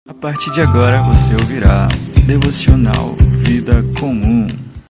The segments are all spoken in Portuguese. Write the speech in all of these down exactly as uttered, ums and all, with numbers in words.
A partir de agora você ouvirá Devocional Vida Comum.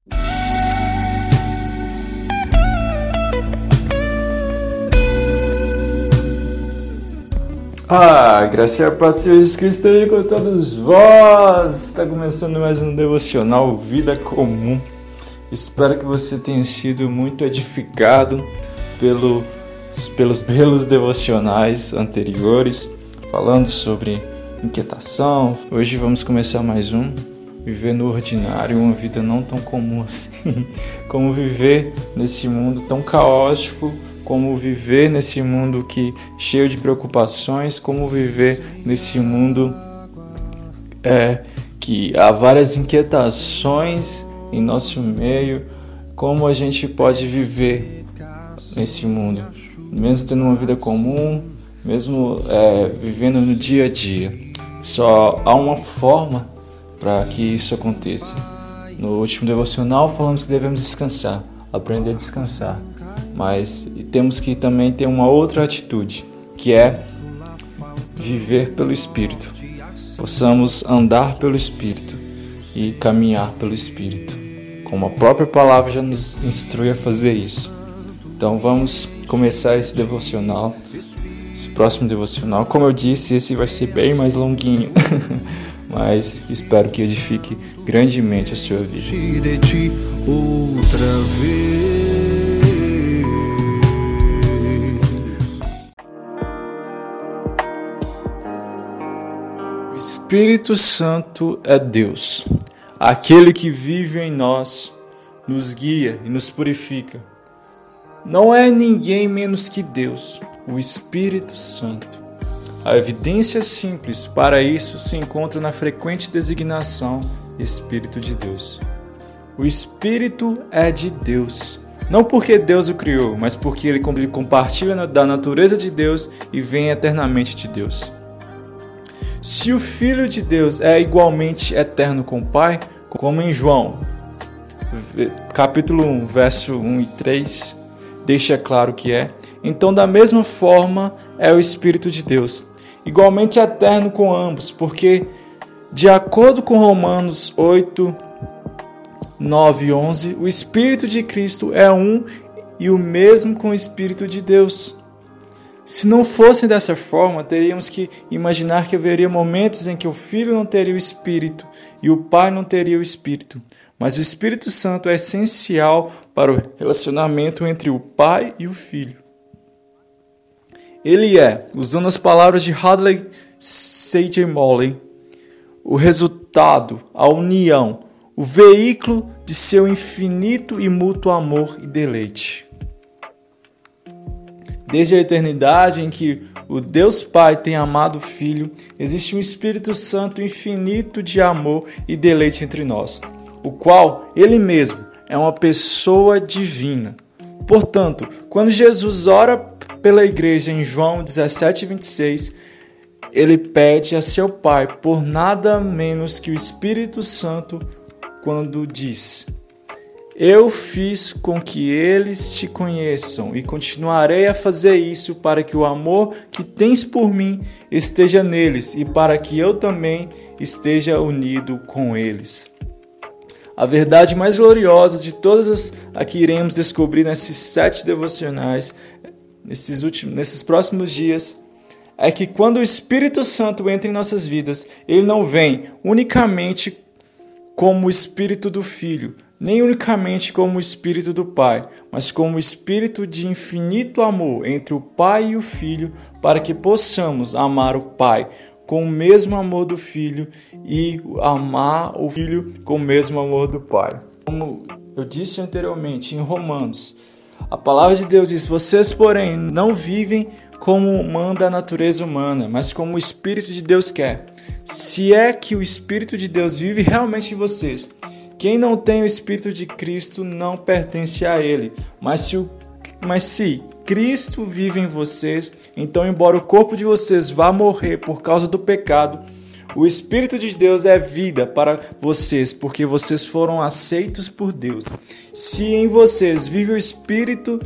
Ah, graça e a paz do Senhor Jesus Cristo esteja com todos vós. Está começando mais um Devocional Vida Comum. Espero que você tenha sido muito edificado pelo, pelos, pelos devocionais anteriores, falando sobre inquietação. Hoje vamos começar mais um, viver no ordinário, uma vida não tão comum assim, como viver nesse mundo tão caótico, como viver nesse mundo que cheio de preocupações, como viver nesse mundo é, que há várias inquietações em nosso meio, como a gente pode viver nesse mundo, mesmo tendo uma vida comum, mesmo é, vivendo no dia a dia. Só há uma forma para que isso aconteça. No último devocional falamos que devemos descansar, aprender a descansar, mas temos que também ter uma outra atitude, que é viver pelo Espírito. Possamos andar pelo Espírito e caminhar pelo Espírito, como a própria palavra já nos instrui a fazer isso. Então vamos começar esse devocional. Esse próximo devocional, como eu disse, esse vai ser bem mais longuinho, mas espero que edifique grandemente a sua vida. Outra vez. O Espírito Santo é Deus, aquele que vive em nós, nos guia e nos purifica. Não é ninguém menos que Deus, o Espírito Santo. A evidência simples para isso se encontra na frequente designação Espírito de Deus. O Espírito é de Deus, não porque Deus o criou, mas porque ele compartilha da natureza de Deus e vem eternamente de Deus. Se o Filho de Deus é igualmente eterno com o Pai, como em João, capítulo um, verso um e três, deixa claro que é, então da mesma forma é o Espírito de Deus, igualmente eterno com ambos, porque de acordo com Romanos oito, nove e onze, o Espírito de Cristo é um e o mesmo com o Espírito de Deus. Se não fosse dessa forma, teríamos que imaginar que haveria momentos em que o Filho não teria o Espírito e o Pai não teria o Espírito. Mas o Espírito Santo é essencial para o relacionamento entre o Pai e o Filho. Ele é, usando as palavras de Hadley C J Moley, o resultado, a união, o veículo de seu infinito e mútuo amor e deleite. Desde a eternidade em que o Deus Pai tem amado o Filho, existe um Espírito Santo infinito de amor e deleite entre nós, o qual ele mesmo é uma pessoa divina. Portanto, quando Jesus ora pela igreja em João dezessete, vinte e seis, ele pede a seu Pai por nada menos que o Espírito Santo quando diz: eu fiz com que eles te conheçam e continuarei a fazer isso para que o amor que tens por mim esteja neles e para que eu também esteja unido com eles. A verdade mais gloriosa de todas as a que iremos descobrir nesses sete devocionais, nesses, últimos, nesses próximos dias, é que quando o Espírito Santo entra em nossas vidas, ele não vem unicamente como o Espírito do Filho, nem unicamente como o Espírito do Pai, mas como o Espírito de infinito amor entre o Pai e o Filho, para que possamos amar o Pai com o mesmo amor do Filho e amar o Filho com o mesmo amor do Pai. Como eu disse anteriormente em Romanos, a palavra de Deus diz: vocês, porém, não vivem como manda a natureza humana, mas como o Espírito de Deus quer. Se é que o Espírito de Deus vive realmente em vocês, quem não tem o Espírito de Cristo não pertence a Ele. Mas se, o, mas se Cristo vive em vocês, então, embora o corpo de vocês vá morrer por causa do pecado, o Espírito de Deus é vida para vocês, porque vocês foram aceitos por Deus. Se em vocês vive o Espírito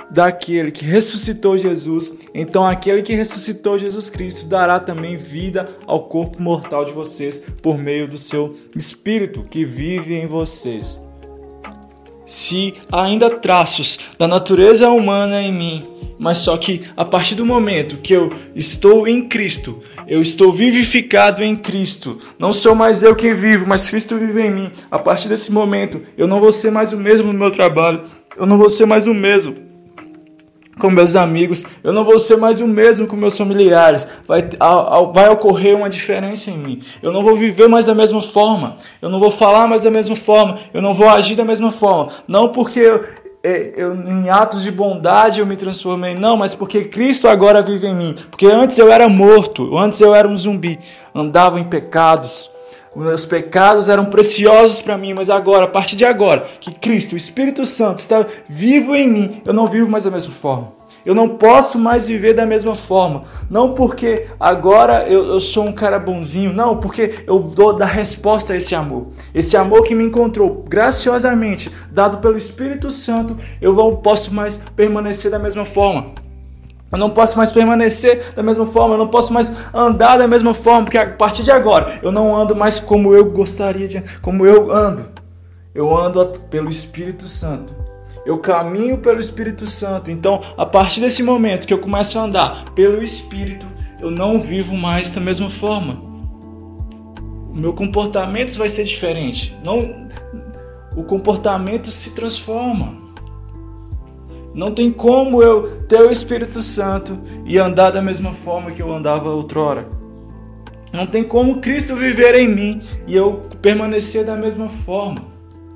daquele que ressuscitou Jesus, então aquele que ressuscitou Jesus Cristo dará também vida ao corpo mortal de vocês por meio do seu Espírito que vive em vocês. Se há ainda traços da natureza humana em mim, mas só que a partir do momento que eu estou em Cristo, eu estou vivificado em Cristo, não sou mais eu quem vivo, mas Cristo vive em mim. A partir desse momento, eu não vou ser mais o mesmo no meu trabalho, eu não vou ser mais o mesmo com meus amigos, eu não vou ser mais o mesmo com meus familiares, vai, vai ocorrer uma diferença em mim, eu não vou viver mais da mesma forma, eu não vou falar mais da mesma forma, eu não vou agir da mesma forma, não porque eu, eu, em atos de bondade eu me transformei, não, mas porque Cristo agora vive em mim, porque antes eu era morto, antes eu era um zumbi, andava em pecados, meus pecados eram preciosos para mim, mas agora, a partir de agora, que Cristo, o Espírito Santo, está vivo em mim, eu não vivo mais da mesma forma. Eu não posso mais viver da mesma forma. Não porque agora eu, eu sou um cara bonzinho, não, porque eu dou da resposta a esse amor. Esse amor que me encontrou graciosamente, dado pelo Espírito Santo, eu não posso mais permanecer da mesma forma. Eu não posso mais permanecer da mesma forma, eu não posso mais andar da mesma forma, porque a partir de agora eu não ando mais como eu gostaria de, como eu ando. Eu ando pelo Espírito Santo. Eu caminho pelo Espírito Santo. Então, a partir desse momento que eu começo a andar pelo Espírito, eu não vivo mais da mesma forma. O meu comportamento vai ser diferente. Não, o comportamento se transforma. Não tem como eu ter o Espírito Santo e andar da mesma forma que eu andava outrora. Não tem como Cristo viver em mim e eu permanecer da mesma forma.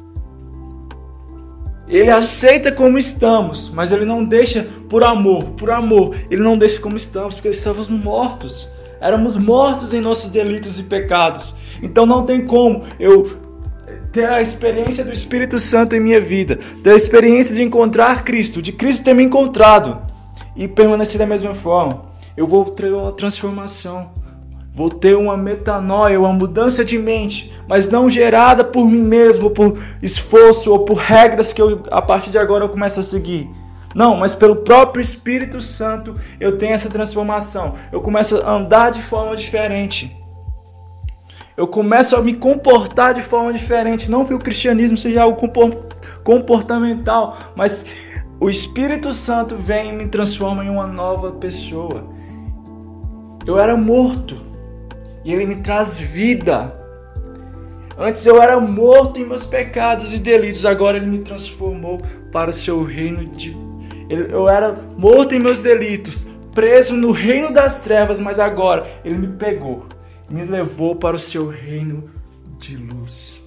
Ele aceita como estamos, mas Ele não deixa por amor, por amor. Ele não deixa como estamos, porque estávamos mortos. Éramos mortos em nossos delitos e pecados. Então não tem como eu ter a experiência do Espírito Santo em minha vida, ter a experiência de encontrar Cristo, de Cristo ter me encontrado e permanecer da mesma forma. Eu vou ter uma transformação, vou ter uma metanoia, uma mudança de mente, mas não gerada por mim mesmo, por esforço ou por regras que eu, a partir de agora eu começo a seguir. Não, mas pelo próprio Espírito Santo eu tenho essa transformação. Eu começo a andar de forma diferente. Eu começo a me comportar de forma diferente. Não que o cristianismo seja algo comportamental, mas o Espírito Santo vem e me transforma em uma nova pessoa. Eu era morto e Ele me traz vida. Antes eu era morto em meus pecados e delitos, agora Ele me transformou para o seu reino de... Eu era morto em meus delitos, preso no reino das trevas, mas agora Ele me pegou, me levou para o seu reino de luz.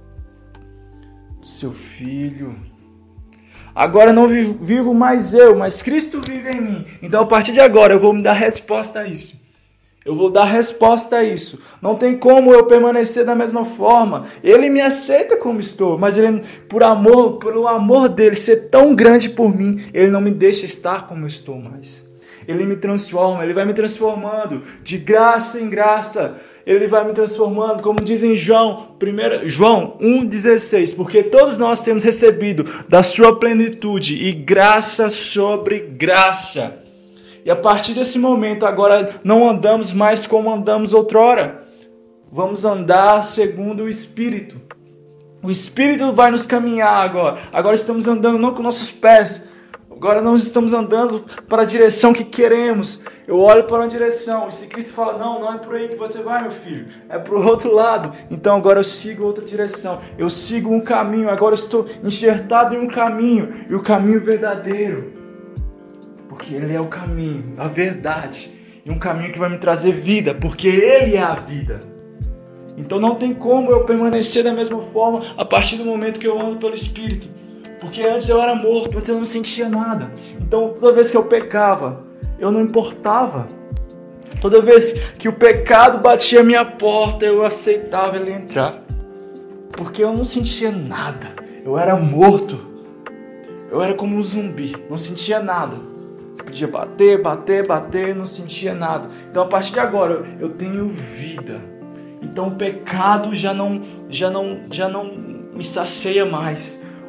Seu Filho. Agora não vivo mais eu, mas Cristo vive em mim. Então a partir de agora eu vou me dar resposta a isso. Eu vou dar resposta a isso. Não tem como eu permanecer da mesma forma. Ele me aceita como estou, mas ele, por amor, pelo amor dele ser tão grande por mim, ele não me deixa estar como eu estou mais. Ele me transforma, Ele vai me transformando de graça em graça. Ele vai me transformando, como diz em João, primeiro, João um dezesseis, porque todos nós temos recebido da sua plenitude e graça sobre graça. E a partir desse momento, agora não andamos mais como andamos outrora. Vamos andar segundo o Espírito. O Espírito vai nos caminhar agora. Agora estamos andando não com nossos pés. Agora nós estamos andando para a direção que queremos. Eu olho para uma direção. E se Cristo fala, não, não é por aí que você vai, meu filho. É para o outro lado. Então agora eu sigo outra direção. Eu sigo um caminho. Agora eu estou enxertado em um caminho. E o caminho verdadeiro. Porque Ele é o caminho, a verdade. E um caminho que vai me trazer vida. Porque Ele é a vida. Então não tem como eu permanecer da mesma forma a partir do momento que eu ando pelo Espírito. Porque antes eu era morto, antes eu não sentia nada. Então toda vez que eu pecava, eu não importava. Toda vez que o pecado batia a minha porta, eu aceitava ele entrar. Porque eu não sentia nada. Eu era morto. Eu era como um zumbi, não sentia nada. Você podia bater, bater, bater, não sentia nada. Então a partir de agora eu tenho vida. Então o pecado já não, já não, já não me sacia mais.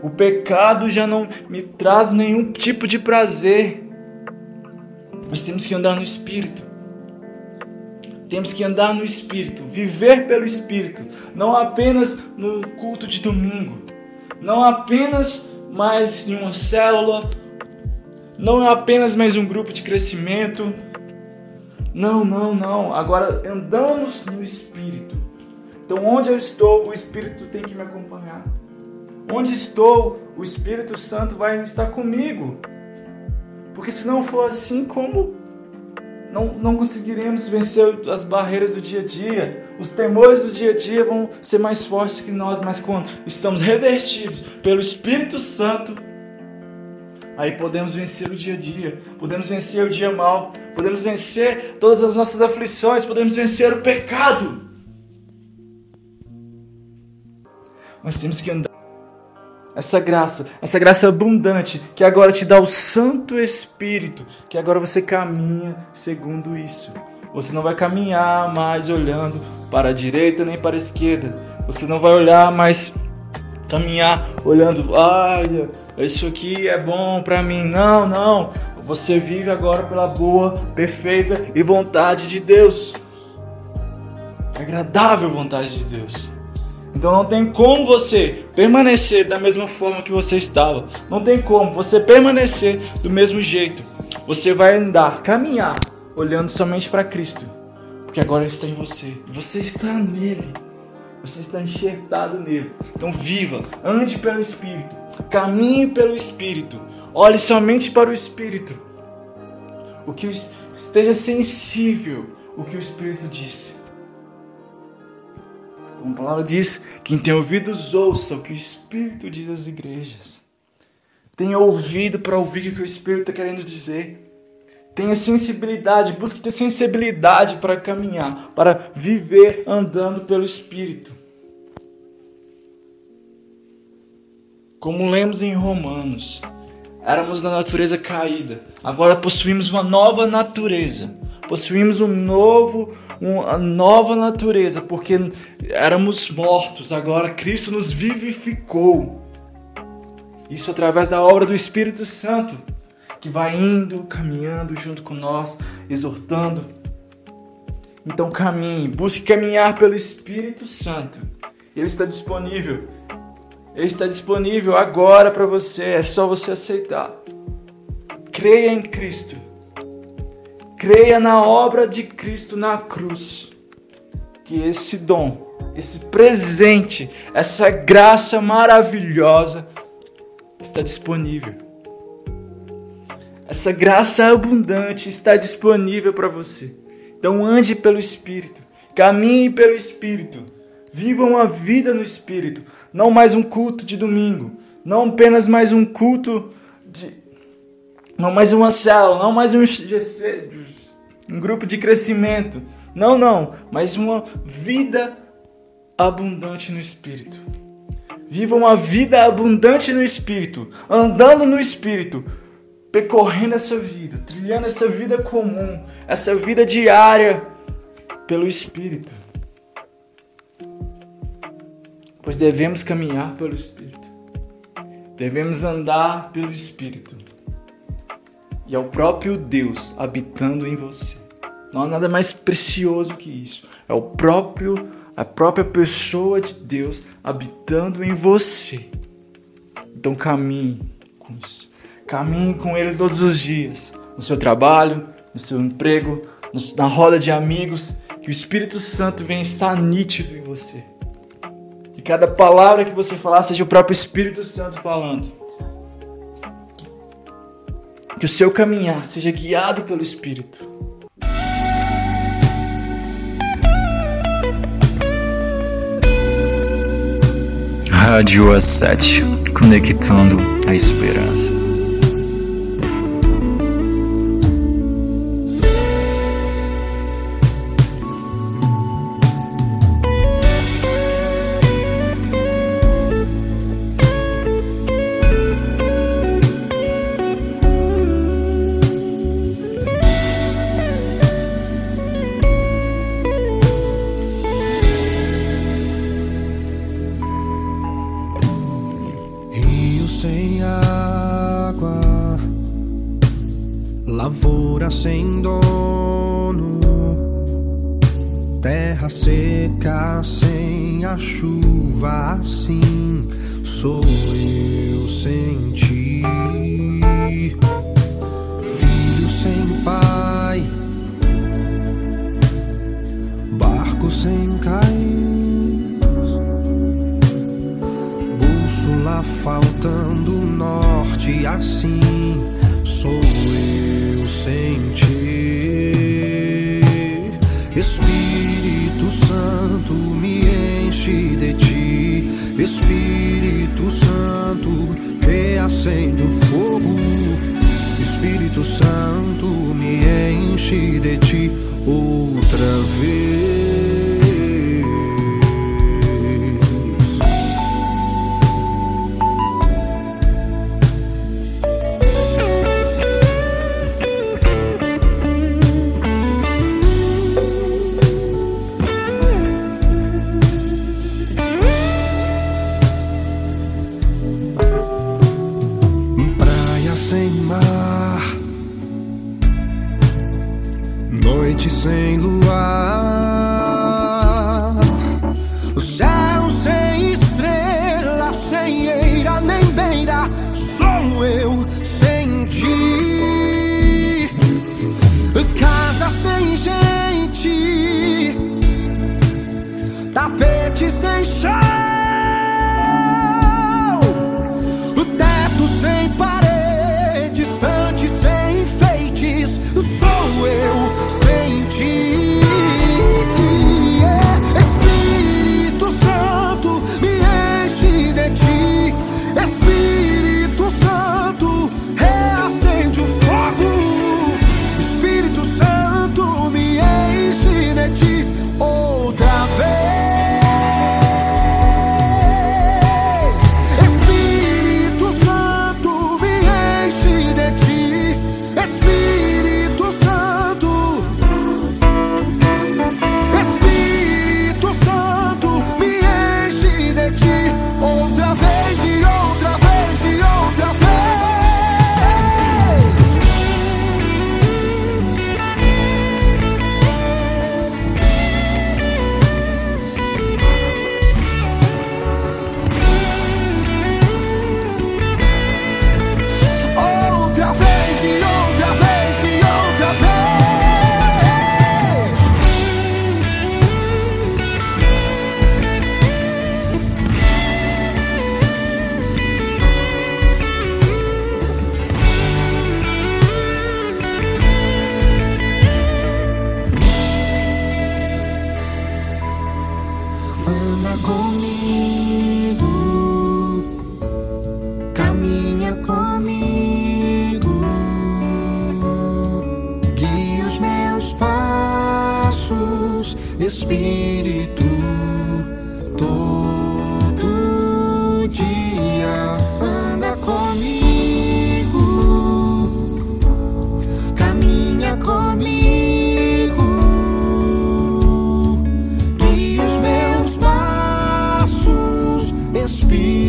O pecado já não me traz nenhum tipo de prazer. Mas temos que andar no Espírito. Temos que andar no Espírito, viver pelo Espírito, não apenas no culto de domingo, não apenas mais em uma célula, não apenas mais um grupo de crescimento. Não, não, não. Agora andamos no Espírito. Então onde eu estou, o Espírito tem que me acompanhar. Onde estou, o Espírito Santo vai estar comigo. Porque se não for assim, como não, não conseguiremos vencer as barreiras do dia a dia? Os temores do dia a dia vão ser mais fortes que nós, mas quando estamos revestidos pelo Espírito Santo, aí podemos vencer o dia a dia, podemos vencer o dia mal, podemos vencer todas as nossas aflições, podemos vencer o pecado. Nós temos que andar. Essa graça, essa graça abundante, que agora te dá o Santo Espírito, que agora você caminha segundo isso. Você não vai caminhar mais olhando para a direita nem para a esquerda. Você não vai olhar mais, caminhar olhando, olha, isso aqui é bom para mim. Não, não. Você vive agora pela boa, perfeita e vontade de Deus. Agradável vontade de Deus. Então não tem como você permanecer da mesma forma que você estava. Não tem como você permanecer do mesmo jeito. Você vai andar, caminhar, olhando somente para Cristo. Porque agora Ele está em você. Você está nele. Você está enxertado nele. Então viva, ande pelo Espírito. Caminhe pelo Espírito. Olhe somente para o Espírito. O que esteja sensível o que o Espírito disse. Como a palavra diz, quem tem ouvidos ouça o que o Espírito diz às igrejas. Tenha ouvido para ouvir o que o Espírito está querendo dizer. Tenha sensibilidade, busque ter sensibilidade para caminhar, para viver andando pelo Espírito. Como lemos em Romanos, éramos da natureza caída, agora possuímos uma nova natureza, possuímos um novo uma nova natureza, porque éramos mortos, agora Cristo nos vivificou. Isso através da obra do Espírito Santo, que vai indo, caminhando junto com nós, exortando. Então caminhe, busque caminhar pelo Espírito Santo. Ele está disponível. Ele está disponível agora para você, é só você aceitar. Creia em Cristo. Creia na obra de Cristo na cruz, que esse dom, esse presente, essa graça maravilhosa está disponível. Essa graça abundante está disponível para você. Então ande pelo Espírito, caminhe pelo Espírito, viva uma vida no Espírito, não mais um culto de domingo, não apenas mais um culto de... Não mais uma célula, não mais um G C, um grupo de crescimento. Não, não, mas uma vida abundante no Espírito. Viva uma vida abundante no Espírito, andando no Espírito, percorrendo essa vida, trilhando essa vida comum, essa vida diária pelo Espírito. Pois devemos caminhar pelo Espírito. Devemos andar pelo Espírito. E é o próprio Deus habitando em você. Não há nada mais precioso que isso. É o próprio, a própria pessoa de Deus habitando em você. Então caminhe com isso. Caminhe com Ele todos os dias. No seu trabalho, no seu emprego, na roda de amigos. Que o Espírito Santo venha estar nítido em você. Que cada palavra que você falar seja o próprio Espírito Santo falando. Que o seu caminhar seja guiado pelo Espírito. Rádio A sete, conectando a esperança. He sem dono, terra seca sem a chuva, assim sou eu sem ti. Filho sem pai, barco sem cais, bússola faltando norte, assim sou eu sem ti. Espírito Santo, me enche de ti. Espírito Santo, reacende o fogo. Espírito Santo, me enche de ti outra vez. Noite sem luar, céu sem estrela, sem eira nem beira, sou eu sem ti. Casa sem gente, tapete sem chão, teto sem parede, estante sem enfeites, sou eu sem ti. Espírito Santo, me enche de ti. Espírito Santo, reacende o fogo. Espírito Santo, me enche de ti outra vez. Espírito Santo, me enche de ti. Espírito Santo, Espírito Santo, me enche de ti outra vez e outra vez e outra vez. Outra vez e outra vez e outra vez. Anda comigo, caminha comigo, guia os meus passos, Espírito, todo dia. Anda comigo, caminha comigo, guia os meus passos, Espírito.